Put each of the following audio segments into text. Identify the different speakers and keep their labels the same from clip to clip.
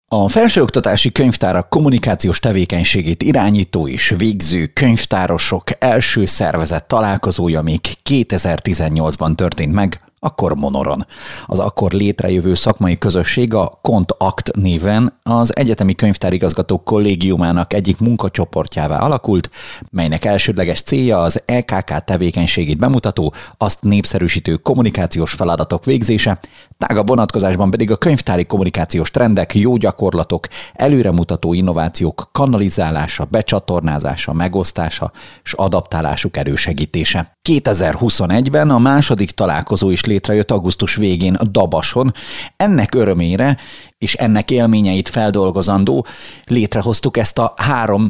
Speaker 1: A felsőoktatási könyvtárak kommunikációs tevékenységét irányító és végző könyvtárosok első szervezett találkozója még 2018-ban történt meg, akkor Monoron. Az akkor létrejövő szakmai közösség a Kont.Akt néven az Egyetemi Könyvtárigazgatók Kollégiumának egyik munkacsoportjává alakult, melynek elsődleges célja az EKK tevékenységét bemutató, azt népszerűsítő kommunikációs feladatok végzése, tágabb vonatkozásban pedig a könyvtári kommunikációs trendek, jó gyakorlatok, előremutató innovációk kanalizálása, becsatornázása, megosztása és adaptálásuk elősegítése. 2021-ben a második találkozó is létrejött augusztus végén a Dabason. Ennek örömére és ennek élményeit feldolgozandó létrehoztuk ezt a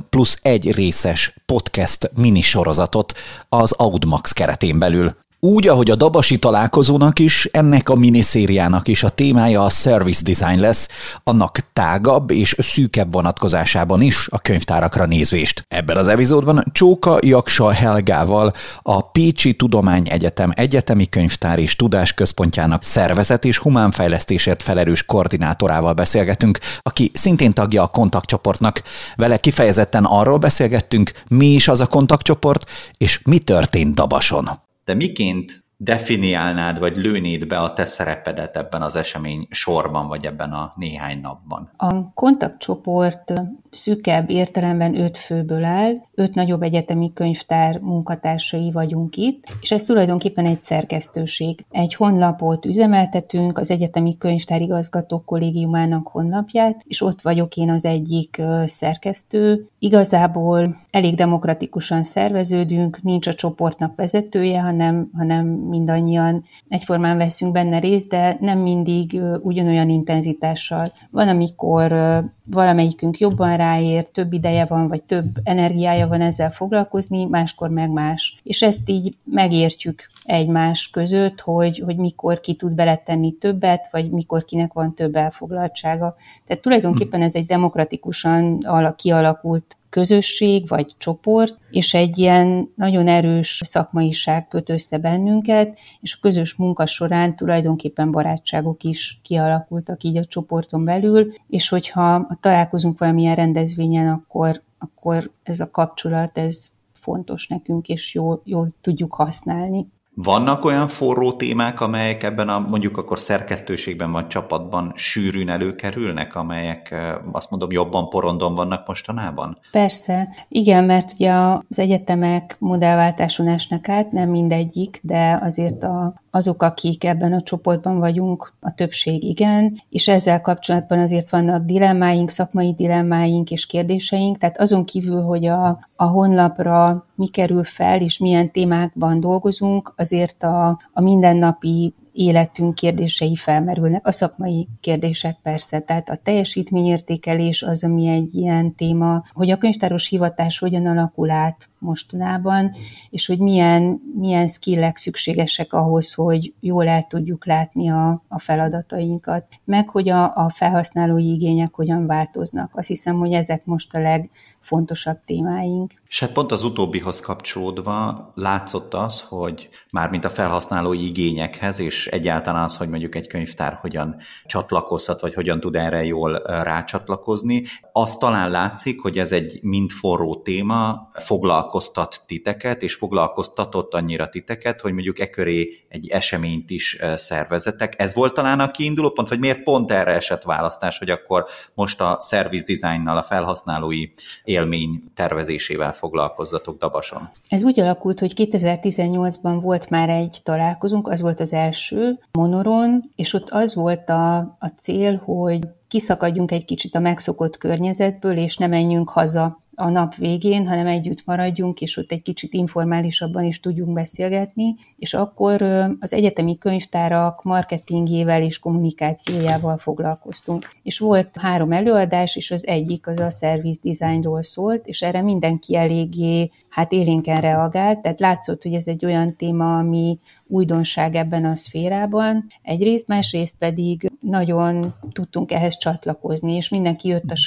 Speaker 1: 3+1 részes podcast minisorozatot az Audmax keretén belül. Úgy, ahogy a dabasi találkozónak is, ennek a miniszériának is a témája a service design lesz, annak tágabb és szűkebb vonatkozásában is a könyvtárakra nézvést. Ebben az epizódban Csóka Jaksa Helgával, a Pécsi Tudományegyetem Egyetemi Könyvtár és Tudásközpontjának szervezet és humánfejlesztésért felelős koordinátorával beszélgetünk, aki szintén tagja a kontaktcsoportnak. Vele kifejezetten arról beszélgettünk, mi is az a kontaktcsoport, és mi történt Dabason. De miként definiálnád, vagy lőnéd be a te szerepedet ebben az esemény sorban, vagy ebben a néhány napban?
Speaker 2: A kontaktcsoport szűkebb értelemben 5 főből áll, 5 nagyobb egyetemi könyvtár munkatársai vagyunk itt, és ez tulajdonképpen egy szerkesztőség. Egy honlapot üzemeltetünk, az Egyetemi Könyvtárigazgatók Kollégiumának honlapját, és ott vagyok én az egyik szerkesztő. Igazából elég demokratikusan szerveződünk, nincs a csoportnak vezetője, hanem mindannyian egyformán veszünk benne részt, de nem mindig ugyanolyan intenzitással. Van, amikor valamelyikünk jobban ráér, több ideje van, vagy több energiája van ezzel foglalkozni, máskor meg más. És ezt így megértjük egymás között, hogy mikor ki tud beletenni többet, vagy mikor kinek van több elfoglaltsága. Tehát tulajdonképpen ez egy demokratikusan kialakult közösség vagy csoport, és egy ilyen nagyon erős szakmaiság köt össze bennünket, és a közös munka során tulajdonképpen barátságok is kialakultak így a csoporton belül, és hogyha találkozunk valamilyen rendezvényen, akkor ez a kapcsolat, ez fontos nekünk, és jól tudjuk használni.
Speaker 1: Vannak olyan forró témák, amelyek ebben a mondjuk akkor szerkesztőségben vagy csapatban sűrűn előkerülnek, amelyek azt mondom jobban porondon vannak mostanában?
Speaker 2: Persze, igen, mert ugye az egyetemek modellváltáson esnek át, nem mindegyik, de azért azok, akik ebben a csoportban vagyunk, a többség igen, és ezzel kapcsolatban azért vannak dilemmáink, szakmai dilemmáink és kérdéseink, tehát azon kívül, hogy a honlapra mi kerül fel, és milyen témákban dolgozunk, azért a mindennapi életünk kérdései felmerülnek. A szakmai kérdések persze, tehát a teljesítményértékelés az, ami egy ilyen téma, hogy a könyvtáros hivatás hogyan alakul át mostanában, és hogy milyen skillek szükségesek ahhoz, hogy jól el tudjuk látni a feladatainkat, meg hogy a felhasználói igények hogyan változnak. Azt hiszem, hogy ezek most a legfontosabb témáink.
Speaker 1: És hát pont az utóbbihoz kapcsolódva látszott az, hogy mármint a felhasználói igényekhez, és egyáltalán az, hogy mondjuk egy könyvtár hogyan csatlakozhat, vagy hogyan tud erre jól rácsatlakozni, az talán látszik, hogy ez egy mind forró téma, foglalkoztat titeket, és foglalkoztatott annyira titeket, hogy mondjuk e köré egy eseményt is szervezetek. Ez volt talán a kiinduló pont, vagy miért pont erre esett választás, hogy akkor most a service designnal, a felhasználói élmény tervezésével foglalkozzatok Dabason?
Speaker 2: Ez úgy alakult, hogy 2018-ban volt már egy találkozunk, az volt az első Monoron, és ott az volt a cél, hogy kiszakadjunk egy kicsit a megszokott környezetből, és ne menjünk haza a nap végén, hanem együtt maradjunk, és ott egy kicsit informálisabban is tudjunk beszélgetni, és akkor az egyetemi könyvtárak marketingjével és kommunikációjával foglalkoztunk. És volt 3 előadás, és az egyik az a service designról szólt, és erre mindenki eléggé élénken reagált, tehát látszott, hogy ez egy olyan téma, ami újdonság ebben a szférában. Egyrészt, másrészt pedig nagyon tudtunk ehhez csatlakozni, és mindenki jött a saját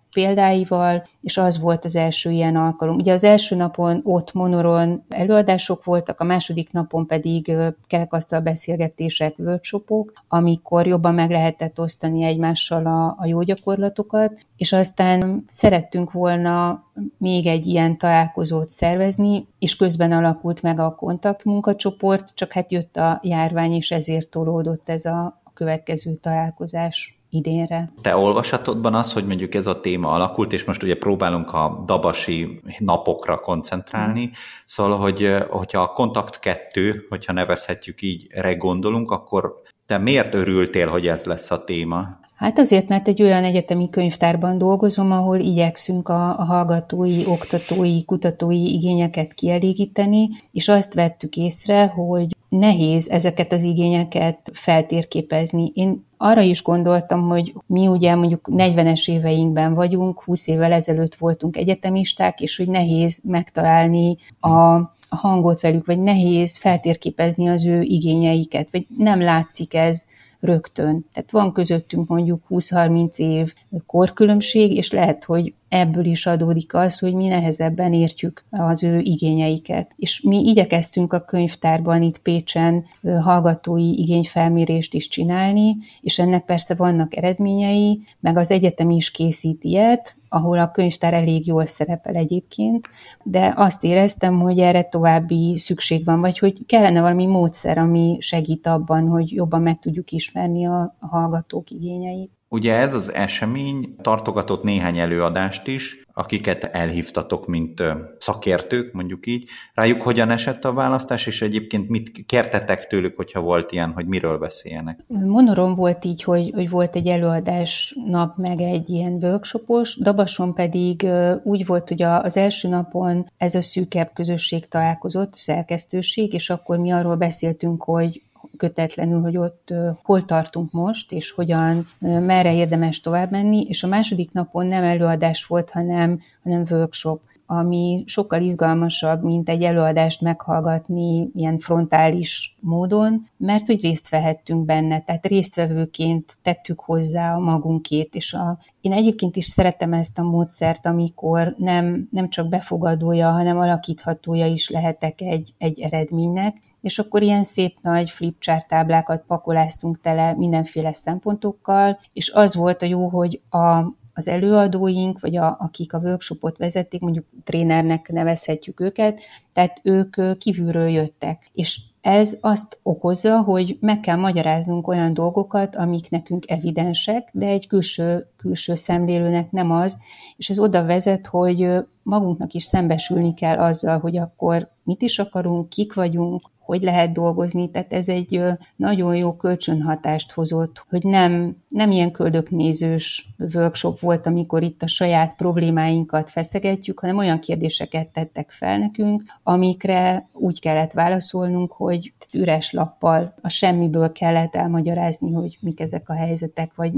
Speaker 2: példáival, és az volt az első ilyen alkalom. Ugye az első napon ott Monoron előadások voltak, a második napon pedig kerekasztal beszélgetések, workshopok, amikor jobban meg lehetett osztani egymással a jó gyakorlatokat, és aztán szerettünk volna még egy ilyen találkozót szervezni, és közben alakult meg a kontaktmunkacsoport, csak hát jött a járvány, és ezért tolódott ez a következő találkozás idénre.
Speaker 1: Te olvasatodban az, hogy mondjuk ez a téma alakult, és most ugye próbálunk a dabasi napokra koncentrálni, szóval, hogyha a Kontakt 2, hogyha nevezhetjük így, re gondolunk, akkor te miért örültél, hogy ez lesz a téma?
Speaker 2: Hát azért, mert egy olyan egyetemi könyvtárban dolgozom, ahol igyekszünk a hallgatói, oktatói, kutatói igényeket kielégíteni, és azt vettük észre, hogy nehéz ezeket az igényeket feltérképezni. Én arra is gondoltam, hogy mi ugye mondjuk 40-es éveinkben vagyunk, 20 évvel ezelőtt voltunk egyetemisták, és hogy nehéz megtalálni a hangot velük, vagy nehéz feltérképezni az ő igényeiket, vagy nem látszik ez rögtön. Tehát van közöttünk mondjuk 20-30 év korkülönbség, és lehet, hogy ebből is adódik az, hogy mi nehezebben értjük az ő igényeiket. És mi igyekeztünk a könyvtárban itt Pécsen hallgatói igényfelmérést is csinálni, és ennek persze vannak eredményei, meg az egyetem is készít ilyet, ahol a könyvtár elég jól szerepel egyébként, de azt éreztem, hogy erre további szükség van, vagy hogy kellene valami módszer, ami segít abban, hogy jobban meg tudjuk ismerni a hallgatók igényeit.
Speaker 1: Ugye ez az esemény tartogatott néhány előadást is, akiket elhívtatok, mint szakértők, mondjuk így. Rájuk hogyan esett a választás, és egyébként mit kértetek tőlük, hogyha volt ilyen, hogy miről beszéljenek?
Speaker 2: Monoron volt így, hogy volt egy előadás nap, meg egy ilyen workshopos, Dabason pedig úgy volt, hogy az első napon ez a szűkebb közösség találkozott, szerkesztőség, és akkor mi arról beszéltünk, hogy kötetlenül, hogy ott hol tartunk most, és hogyan, merre érdemes tovább menni, és a második napon nem előadás volt, hanem workshop, ami sokkal izgalmasabb, mint egy előadást meghallgatni ilyen frontális módon, mert hogy részt vehettünk benne, tehát résztvevőként tettük hozzá a magunkét, és én egyébként is szeretem ezt a módszert, amikor nem csak befogadója, hanem alakíthatója is lehetek egy eredménynek, és akkor ilyen szép nagy flipchart táblákat pakoláztunk tele mindenféle szempontokkal, és az volt a jó, hogy az előadóink, vagy akik a workshopot vezették, mondjuk trénernek nevezhetjük őket, tehát ők kívülről jöttek. És ez azt okozza, hogy meg kell magyaráznunk olyan dolgokat, amik nekünk evidensek, de egy külső szemlélőnek nem az, és ez oda vezet, hogy magunknak is szembesülni kell azzal, hogy akkor mit is akarunk, kik vagyunk, hogy lehet dolgozni, tehát ez egy nagyon jó kölcsönhatást hozott, hogy nem ilyen köldöknézős workshop volt, amikor itt a saját problémáinkat feszegetjük, hanem olyan kérdéseket tettek fel nekünk, amikre úgy kellett válaszolnunk, hogy üres lappal, a semmiből kellett elmagyarázni, hogy mik ezek a helyzetek, vagy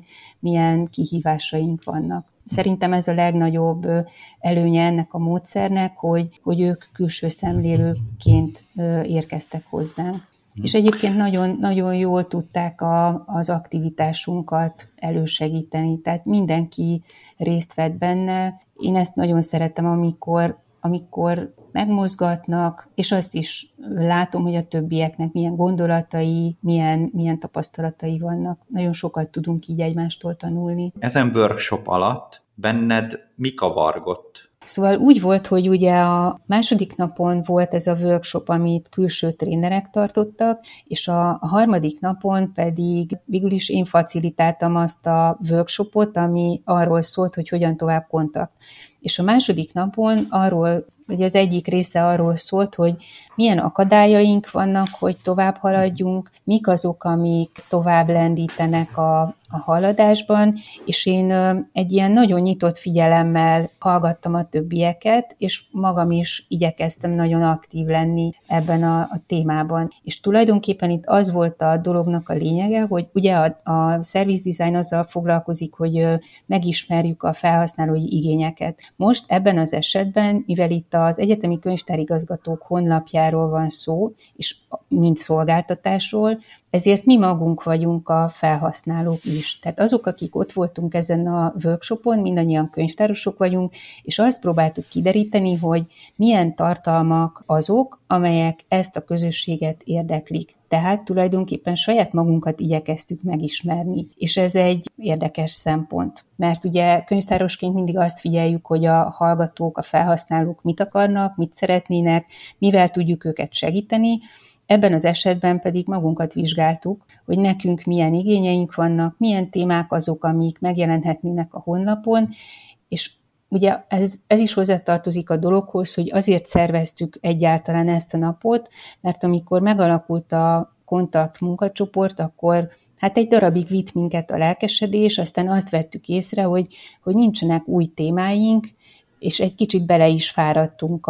Speaker 2: milyen kihívásaink vannak. Szerintem ez a legnagyobb előnye ennek a módszernek, hogy ők külső szemlélőként érkeztek hozzánk. És egyébként nagyon, nagyon jól tudták az aktivitásunkat elősegíteni, tehát mindenki részt vett benne. Én ezt nagyon szeretem, amikor megmozgatnak, és azt is látom, hogy a többieknek milyen gondolatai, milyen tapasztalatai vannak. Nagyon sokat tudunk így egymástól tanulni.
Speaker 1: Ezen workshop alatt benned mi kavargott?
Speaker 2: Szóval úgy volt, hogy ugye a második napon volt ez a workshop, amit külső trénerek tartottak, és a harmadik napon pedig végül is én facilitáltam azt a workshopot, ami arról szólt, hogy hogyan tovább kontakt. És a második napon hogy az egyik része arról szólt, hogy milyen akadályaink vannak, hogy tovább haladjunk, mik azok, amik tovább lendítenek a haladásban, és én egy ilyen nagyon nyitott figyelemmel hallgattam a többieket, és magam is igyekeztem nagyon aktív lenni ebben a témában. És tulajdonképpen itt az volt a dolognak a lényege, hogy ugye a service design azzal foglalkozik, hogy megismerjük a felhasználói igényeket. Most ebben az esetben, mivel itt az egyetemi könyvtárigazgatók honlapjáról van szó, és mint szolgáltatásról, ezért mi magunk vagyunk a felhasználók is. Tehát azok, akik ott voltunk ezen a workshopon, mindannyian könyvtárosok vagyunk, és azt próbáltuk kideríteni, hogy milyen tartalmak azok, amelyek ezt a közösséget érdeklik. Tehát tulajdonképpen saját magunkat igyekeztük megismerni, és ez egy érdekes szempont. Mert ugye könyvtárosként mindig azt figyeljük, hogy a hallgatók, a felhasználók mit akarnak, mit szeretnének, mivel tudjuk őket segíteni. Ebben az esetben pedig magunkat vizsgáltuk, hogy nekünk milyen igényeink vannak, milyen témák azok, amik megjelenhetnének a honlapon, és ugye ez is hozzátartozik a dologhoz, hogy azért szerveztük egyáltalán ezt a napot, mert amikor megalakult a kontakt munkacsoport, akkor hát egy darabig vitt minket a lelkesedés, aztán azt vettük észre, hogy nincsenek új témáink, és egy kicsit bele is fáradtunk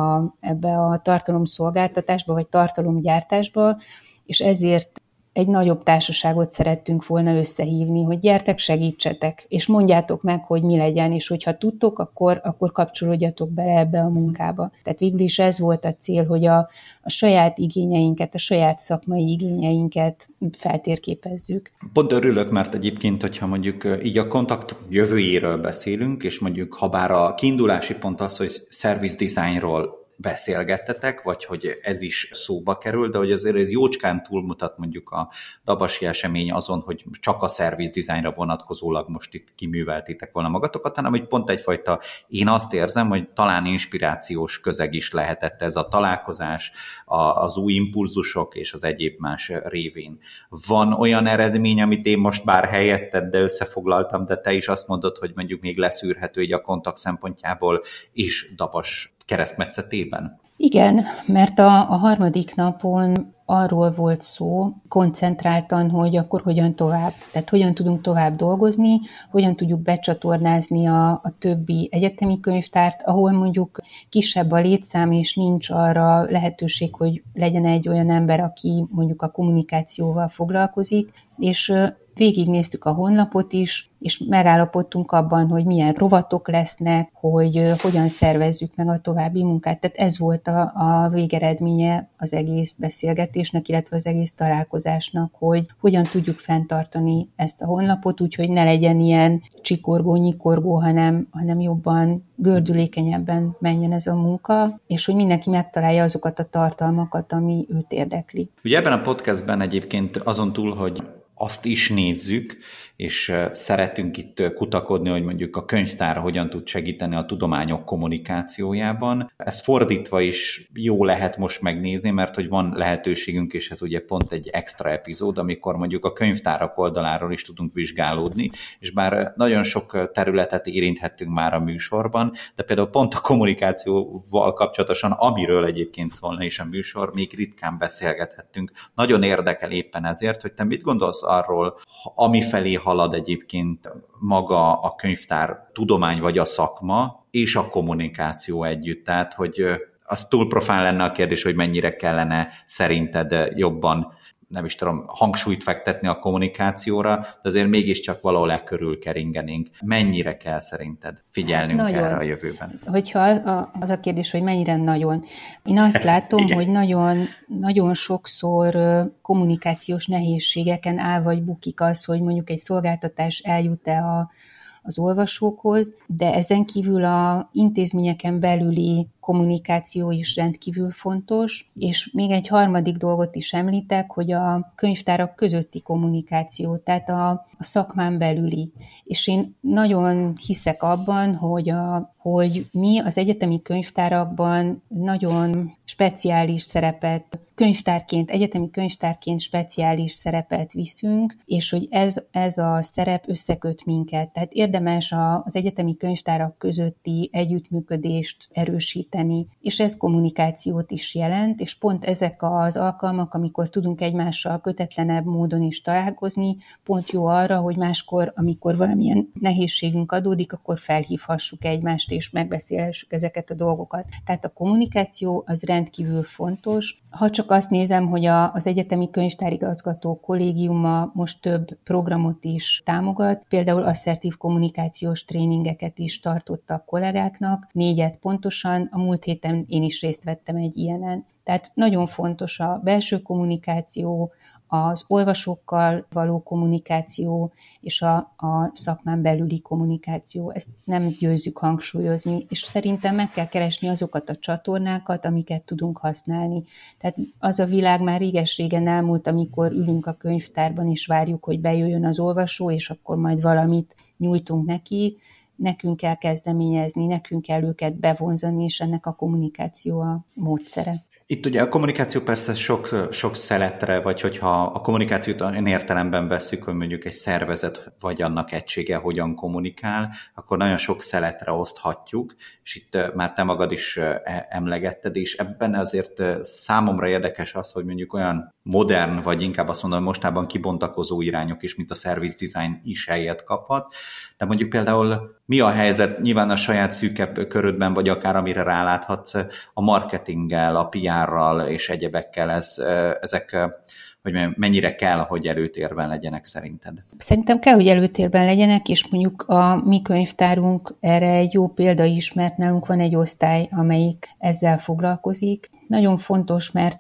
Speaker 2: ebbe a tartalomszolgáltatásba, vagy tartalomgyártásba, és ezért egy nagyobb társaságot szerettünk volna összehívni, hogy gyertek, segítsetek, és mondjátok meg, hogy mi legyen, és hogyha tudtok, akkor kapcsolódjatok bele ebbe a munkába. Tehát végül is ez volt a cél, hogy a saját igényeinket, a saját szakmai igényeinket feltérképezzük.
Speaker 1: Pont örülök, mert egyébként, hogyha mondjuk így a kontakt jövőjéről beszélünk, és mondjuk ha bár a kiindulási pont az, hogy service designról beszélgettetek, vagy hogy ez is szóba kerül, de hogy azért ez jócskán túlmutat mondjuk a dabasi esemény azon, hogy csak a service designra vonatkozólag most itt kiműveltétek volna magatokat, hanem hogy pont egyfajta, én azt érzem, hogy talán inspirációs közeg is lehetett ez a találkozás, az új impulzusok és az egyéb más révén. Van olyan eredmény, amit én most bár helyetted, de összefoglaltam, de te is azt mondod, hogy mondjuk még leszűrhető így a kontakt szempontjából is Dabas keresztmetszetében?
Speaker 2: Igen, mert a harmadik napon arról volt szó koncentráltan, hogy akkor hogyan tovább. Tehát hogyan tudunk tovább dolgozni, hogyan tudjuk becsatornázni a többi egyetemi könyvtárt, ahol mondjuk kisebb a létszám, és nincs arra lehetőség, hogy legyen egy olyan ember, aki mondjuk a kommunikációval foglalkozik, és végignéztük a honlapot is, és megállapodtunk abban, hogy milyen rovatok lesznek, hogy hogyan szervezzük meg a további munkát. Tehát ez volt a végeredménye az egész beszélgetésnek, illetve az egész találkozásnak, hogy hogyan tudjuk fenntartani ezt a honlapot, úgyhogy ne legyen ilyen csikorgó, nyikorgó, hanem jobban, gördülékenyebben menjen ez a munka, és hogy mindenki megtalálja azokat a tartalmakat, ami őt érdekli.
Speaker 1: Ugye ebben a podcastben egyébként azon túl, hogy azt is nézzük, és szeretünk itt kutakodni, hogy mondjuk a könyvtár hogyan tud segíteni a tudományok kommunikációjában. Ez fordítva is jó lehet most megnézni, mert hogy van lehetőségünk, és ez ugye pont egy extra epizód, amikor mondjuk a könyvtárak oldaláról is tudunk vizsgálódni, és bár nagyon sok területet érinthettünk már a műsorban, de például pont a kommunikációval kapcsolatosan, amiről egyébként szólna is a műsor, még ritkán beszélgethettünk. Nagyon érdekel éppen ezért, hogy te mit gondolsz arról, amifelé halad egyébként maga a könyvtár tudomány vagy a szakma és a kommunikáció együtt. Tehát, hogy az túl profán lenne a kérdés, hogy mennyire kellene szerinted jobban, nem is tudom, hangsúlyt fektetni a kommunikációra, de azért mégiscsak valahol körül keringenénk. Mennyire kell szerinted figyelnünk erre a jövőben?
Speaker 2: Hogyha az a kérdés, hogy mennyire nagyon. Én azt látom, hogy nagyon, nagyon sokszor kommunikációs nehézségeken áll vagy bukik az, hogy mondjuk egy szolgáltatás eljut-e az olvasókhoz, de ezen kívül a intézményeken belüli kommunikáció is rendkívül fontos, és még egy harmadik dolgot is említek, hogy a könyvtárak közötti kommunikáció, tehát a szakmán belüli. És én nagyon hiszek abban, hogy mi az egyetemi könyvtárakban nagyon speciális szerepet, egyetemi könyvtárként speciális szerepet viszünk, és hogy ez a szerep összeköt minket. Tehát érdemes az egyetemi könyvtárak közötti együttműködést erősíteni, és ez kommunikációt is jelent, és pont ezek az alkalmak, amikor tudunk egymással kötetlenebb módon is találkozni, pont jó arra, hogy máskor, amikor valamilyen nehézségünk adódik, akkor felhívhassuk egymást, és megbeszélhessük ezeket a dolgokat. Tehát a kommunikáció az rendkívül fontos. Ha csak azt nézem, hogy az egyetemi könyvtárigazgató kollégiuma most több programot is támogat, például asszertív kommunikációs tréningeket is tartottak kollégáknak, 4 pontosan, a múlt héten én is részt vettem egy ilyenen. Tehát nagyon fontos a belső kommunikáció, az olvasókkal való kommunikáció és a szakmán belüli kommunikáció. Ezt nem győzzük hangsúlyozni, és szerintem meg kell keresni azokat a csatornákat, amiket tudunk használni. Tehát az a világ már réges-régen elmúlt, amikor ülünk a könyvtárban, és várjuk, hogy bejöjjön az olvasó, és akkor majd valamit nyújtunk neki. Nekünk kell kezdeményezni, nekünk kell őket bevonzani, és ennek a kommunikáció a módszere.
Speaker 1: Itt ugye a kommunikáció persze sok szeletre, vagy hogyha a kommunikációt olyan értelemben vesszük, hogy mondjuk egy szervezet vagy annak egysége hogyan kommunikál, akkor nagyon sok szeletre oszthatjuk, és itt már te magad is emlegetted, és ebben azért számomra érdekes az, hogy mondjuk olyan modern, vagy inkább azt mondom, mostában kibontakozó irányok is, mint a service design is helyet kaphat, de mondjuk például mi a helyzet, nyilván a saját szűkebb körödben, vagy akár amire ráláthatsz, a marketinggel, a PR-ral és egyebekkel, ezek hogy mennyire kell, hogy előtérben legyenek szerinted?
Speaker 2: Szerintem kell, hogy előtérben legyenek, és mondjuk a mi könyvtárunk erre egy jó példa is, mert nálunk van egy osztály, amelyik ezzel foglalkozik. Nagyon fontos, mert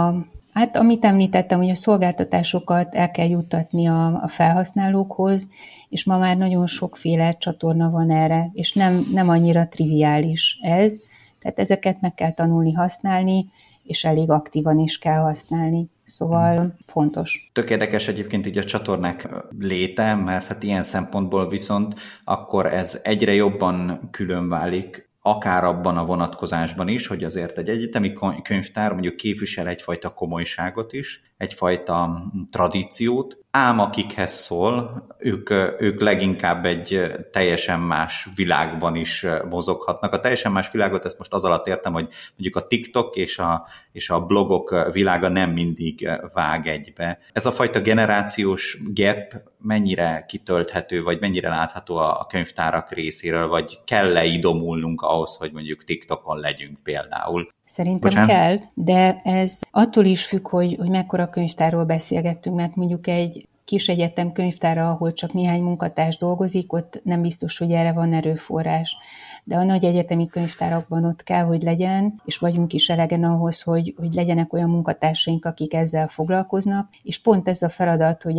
Speaker 2: amit említettem, hogy a szolgáltatásokat el kell juttatni a felhasználókhoz, és ma már nagyon sokféle csatorna van erre, és nem annyira triviális ez, tehát ezeket meg kell tanulni használni, és elég aktívan is kell használni. Szóval fontos.
Speaker 1: Tök érdekes egyébként így a csatornák léte, mert hát ilyen szempontból viszont akkor ez egyre jobban külön válik, akár abban a vonatkozásban is, hogy azért egy egyetemi könyvtár mondjuk képvisel egyfajta komolyságot is, egyfajta tradíciót, ám akikhez szól, ők leginkább egy teljesen más világban is mozoghatnak. A teljesen más világot, ezt most az alatt értem, hogy mondjuk a TikTok és a blogok világa nem mindig vág egybe. Ez a fajta generációs gap mennyire kitölthető, vagy mennyire látható a könyvtárak részéről, vagy kell-e idomulnunk ahhoz, hogy mondjuk TikTokon legyünk például?
Speaker 2: Szerintem kell, de ez attól is függ, hogy mekkora könyvtárról beszélgettünk, mert mondjuk egy kis egyetem könyvtára, ahol csak néhány munkatárs dolgozik, ott nem biztos, hogy erre van erőforrás. De a nagy egyetemi könyvtárakban ott kell, hogy legyen, és vagyunk is elegen ahhoz, hogy legyenek olyan munkatársaink, akik ezzel foglalkoznak, és pont ez a feladat, hogy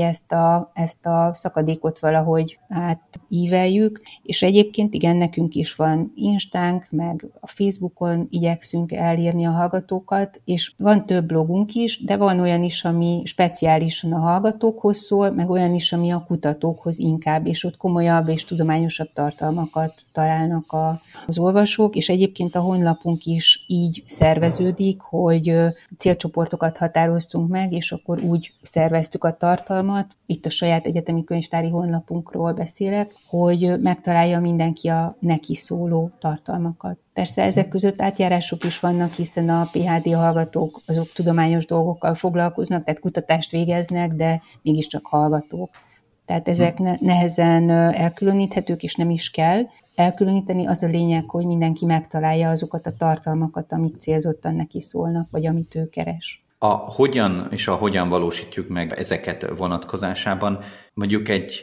Speaker 2: ezt a szakadékot valahogy átíveljük, és egyébként igen, nekünk is van Instánk, meg a Facebookon igyekszünk elírni a hallgatókat, és van több blogunk is, de van olyan is, ami speciálisan a hallgatókhoz szól, meg olyan is, ami a kutatókhoz inkább, és ott komolyabb és tudományosabb tartalmakat találnak az olvasók, és egyébként a honlapunk is így szerveződik, hogy célcsoportokat határoztunk meg, és akkor úgy szerveztük a tartalmat, itt a saját egyetemi könyvtári honlapunkról beszélek, hogy megtalálja mindenki a neki szóló tartalmakat. Persze ezek között átjárások is vannak, hiszen a PhD hallgatók azok tudományos dolgokkal foglalkoznak, tehát kutatást végeznek, de mégiscsak hallgatók. Tehát ezek nehezen elkülöníthetők, és nem is kell elkülöníteni. Az a lényeg, hogy mindenki megtalálja azokat a tartalmakat, amik célzottan neki szólnak, vagy amit ő keres.
Speaker 1: A hogyan valósítjuk meg ezeket vonatkozásában, mondjuk egy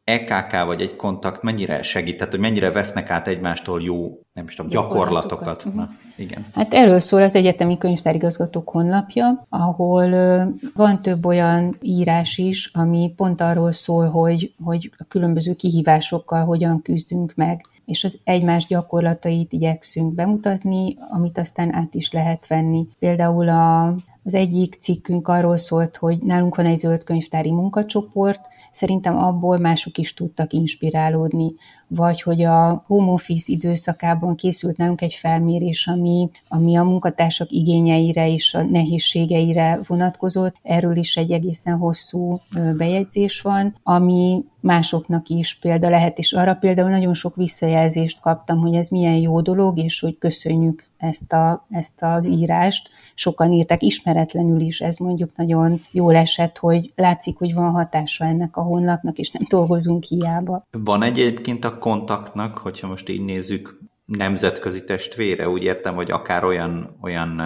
Speaker 1: EKK vagy egy kontakt mennyire segít, tehát hogy mennyire vesznek át egymástól jó, nem is tudom, gyakorlatokat. Na, igen.
Speaker 2: Hát erről szól az Egyetemi Könyvtárigazgatók honlapja, ahol van több olyan írás is, ami pont arról szól, hogy a különböző kihívásokkal hogyan küzdünk meg, és az egymás gyakorlatait igyekszünk bemutatni, amit aztán át is lehet venni. Például az egyik cikkünk arról szólt, hogy nálunk van egy zöld könyvtári munkacsoport, szerintem abból mások is tudtak inspirálódni, vagy hogy a home office időszakában készült nálunk egy felmérés, ami a munkatársak igényeire és a nehézségeire vonatkozott. Erről is egy egészen hosszú bejegyzés van, ami másoknak is példa lehet, és arra például nagyon sok visszajelzést kaptam, hogy ez milyen jó dolog, és hogy köszönjük ezt az írást. Sokan írták ismeretlenül is, ez mondjuk nagyon jól esett, hogy látszik, hogy van hatása ennek a honlapnak, és nem dolgozunk hiába.
Speaker 1: Van egyébként a kontaktnak, hogyha most így nézzük, nemzetközi testvére, úgy értem, hogy akár olyan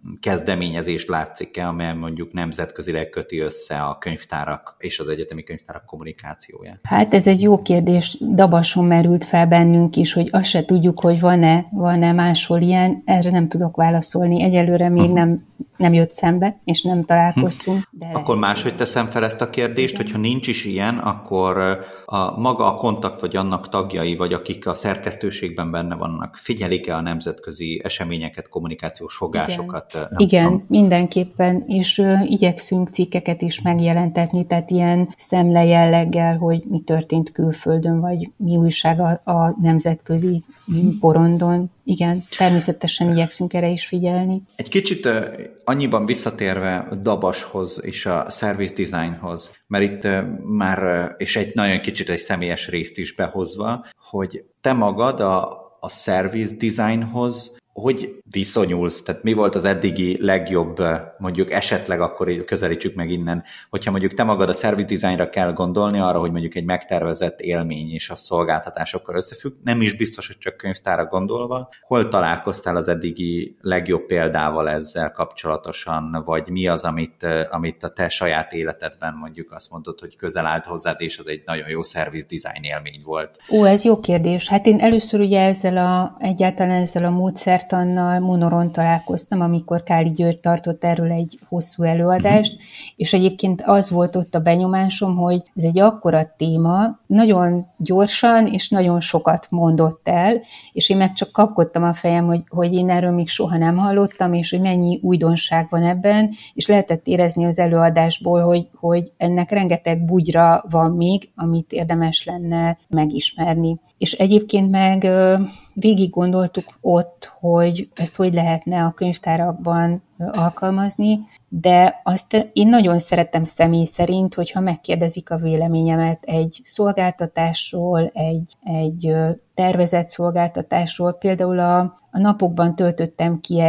Speaker 1: kezdeményezést látszik-e, amely mondjuk nemzetközileg köti össze a könyvtárak és az egyetemi könyvtárak kommunikációját?
Speaker 2: Hát ez egy jó kérdés. Dabason merült fel bennünk is, hogy azt se tudjuk, hogy van-e máshol ilyen. Erre nem tudok válaszolni. Egyelőre még nem jött szembe, és nem találkoztunk. De
Speaker 1: akkor máshogy teszem fel ezt a kérdést, hogyha nincs is ilyen, akkor maga a kontakt, vagy annak tagjai, vagy akik a szerkesztőségben benne vannak, figyelik-e a nemzetközi eseményeket, kommunikációs fogásokat?
Speaker 2: Igen, mindenképpen, és igyekszünk cikkeket is megjelentetni, tehát ilyen szemlejelleggel, hogy mi történt külföldön, vagy mi újság a nemzetközi porondon. Igen, természetesen igyekszünk erre is figyelni.
Speaker 1: Egy kicsit annyiban visszatérve Dabashoz és a service designhoz, mert itt már, és egy nagyon kicsit egy személyes részt is behozva, hogy te magad a service designhoz hogy viszonyulsz? Tehát mi volt az eddigi legjobb, mondjuk esetleg akkor közelítsük meg innen, hogyha mondjuk te magad a service designra kell gondolni arra, hogy mondjuk egy megtervezett élmény és a szolgáltatásokkal összefügg, nem is biztos, hogy csak könyvtárra gondolva. Hol találkoztál az eddigi legjobb példával ezzel kapcsolatosan, vagy mi az, amit a te saját életedben mondjuk azt mondod, hogy közel állt hozzád, és az egy nagyon jó service design élmény volt?
Speaker 2: Ez jó kérdés. Hát én először ugye egyáltalán ezzel a módszertannal Monoron találkoztam, amikor Káli György tartott erről egy hosszú előadást, és egyébként az volt ott a benyomásom, hogy ez egy akkora téma, nagyon gyorsan és nagyon sokat mondott el, és én meg csak kapkodtam a fejem, hogy én erről még soha nem hallottam, és hogy mennyi újdonság van ebben, és lehetett érezni az előadásból, hogy ennek rengeteg bugyra van még, amit érdemes lenne megismerni. És egyébként meg végig gondoltuk ott, hogy ezt hogy lehetne a könyvtárakban alkalmazni, de azt én nagyon szeretem személy szerint, hogyha megkérdezik a véleményemet egy szolgáltatásról, egy tervezett szolgáltatásról. Például a napokban töltöttem ki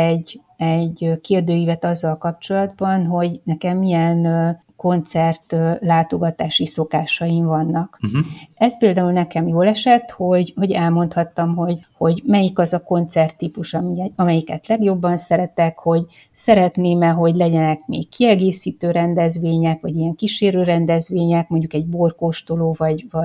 Speaker 2: egy kérdőívet azzal kapcsolatban, hogy nekem milyen koncert látogatási szokásaim vannak. Ez például nekem jól esett, hogy elmondhattam, hogy melyik az a koncerttípus, amelyiket legjobban szeretek, hogy szeretném-e, hogy legyenek még kiegészítő rendezvények, vagy ilyen kísérő rendezvények, mondjuk egy borkóstoló,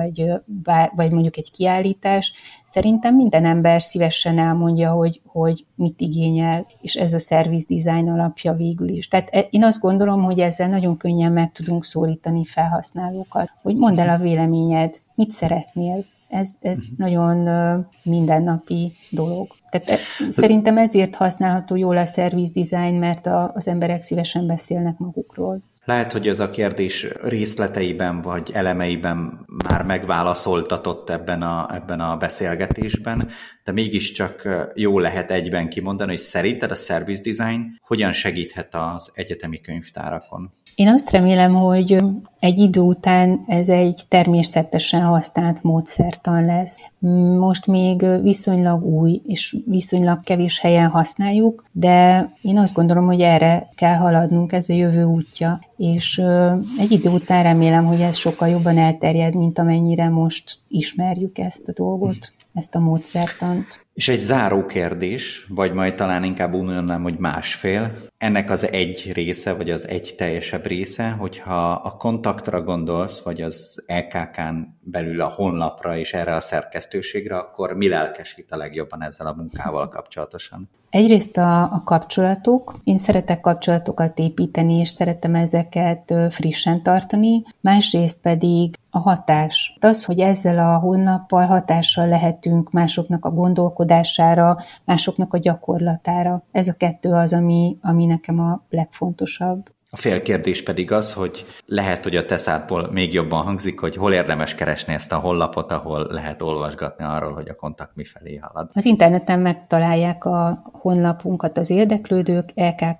Speaker 2: vagy mondjuk egy kiállítás. Szerintem minden ember szívesen elmondja, hogy mit igényel, és ez a service design alapja végül is. Tehát én azt gondolom, hogy ezzel nagyon könnyen meg tudunk szólítani felhasználókat, hogy mondd el a véleményed, mit szeretnél. Ez nagyon mindennapi dolog. Tehát szerintem ezért használható jól a service design, mert az emberek szívesen beszélnek magukról.
Speaker 1: Lehet, hogy ez a kérdés részleteiben vagy elemeiben már megválaszoltatott ebben a beszélgetésben, de mégiscsak jó lehet egyben kimondani, hogy szerinted a service design hogyan segíthet az egyetemi könyvtárakon?
Speaker 2: Én azt remélem, hogy egy idő után ez egy természetesen használt módszertan lesz. Most még viszonylag új, és viszonylag kevés helyen használjuk, de én azt gondolom, hogy erre kell haladnunk, ez a jövő útja. És egy idő után remélem, hogy ez sokkal jobban elterjed, mint amennyire most ismerjük ezt a dolgot, ezt a módszertant.
Speaker 1: És egy záró kérdés, vagy majd talán inkább úgy mondanám, hogy másfél. Ennek az egy része, vagy az egy teljesebb része, hogyha a kontaktra gondolsz, vagy az LKK-n belül a honlapra és erre a szerkesztőségre, akkor mi lelkesít a legjobban ezzel a munkával kapcsolatosan?
Speaker 2: Egyrészt a kapcsolatok. Én szeretek kapcsolatokat építeni, és szeretem ezeket frissen tartani. Másrészt pedig a hatás. Az, hogy ezzel a honlappal hatással lehetünk másoknak a gondolkodására, másoknak a gyakorlatára. Ez a kettő az, ami nekem a legfontosabb.
Speaker 1: A félkérdés pedig az, hogy lehet, hogy a te szádból még jobban hangzik, hogy hol érdemes keresni ezt a honlapot, ahol lehet olvasgatni arról, hogy a kontakt mifelé halad.
Speaker 2: Az interneten megtalálják a honlapunkat az érdeklődők,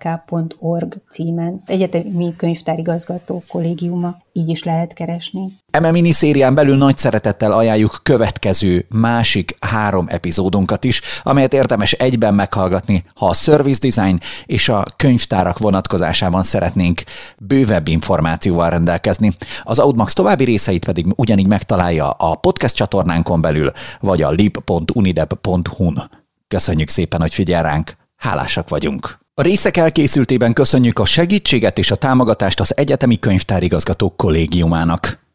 Speaker 2: lkk.org címen. Egyetemi könyvtárigazgató kollégiuma, így is lehet keresni.
Speaker 1: Eme miniszérián belül nagy szeretettel ajánljuk következő másik 3 epizódunkat is, amelyet érdemes egyben meghallgatni, ha a service design és a könyvtárak vonatkozásában szeretnénk bővebb információval rendelkezni. Az Audmax további részeit pedig ugyanígy megtalálja a podcast csatornánkon belül, vagy a lib.unideb.hu-n. Köszönjük szépen, hogy figyel ránk, hálásak vagyunk! A részek elkészültében köszönjük a segítséget és a támogatást az Egyetemi Könyvtárigazgatók Kollégiumának.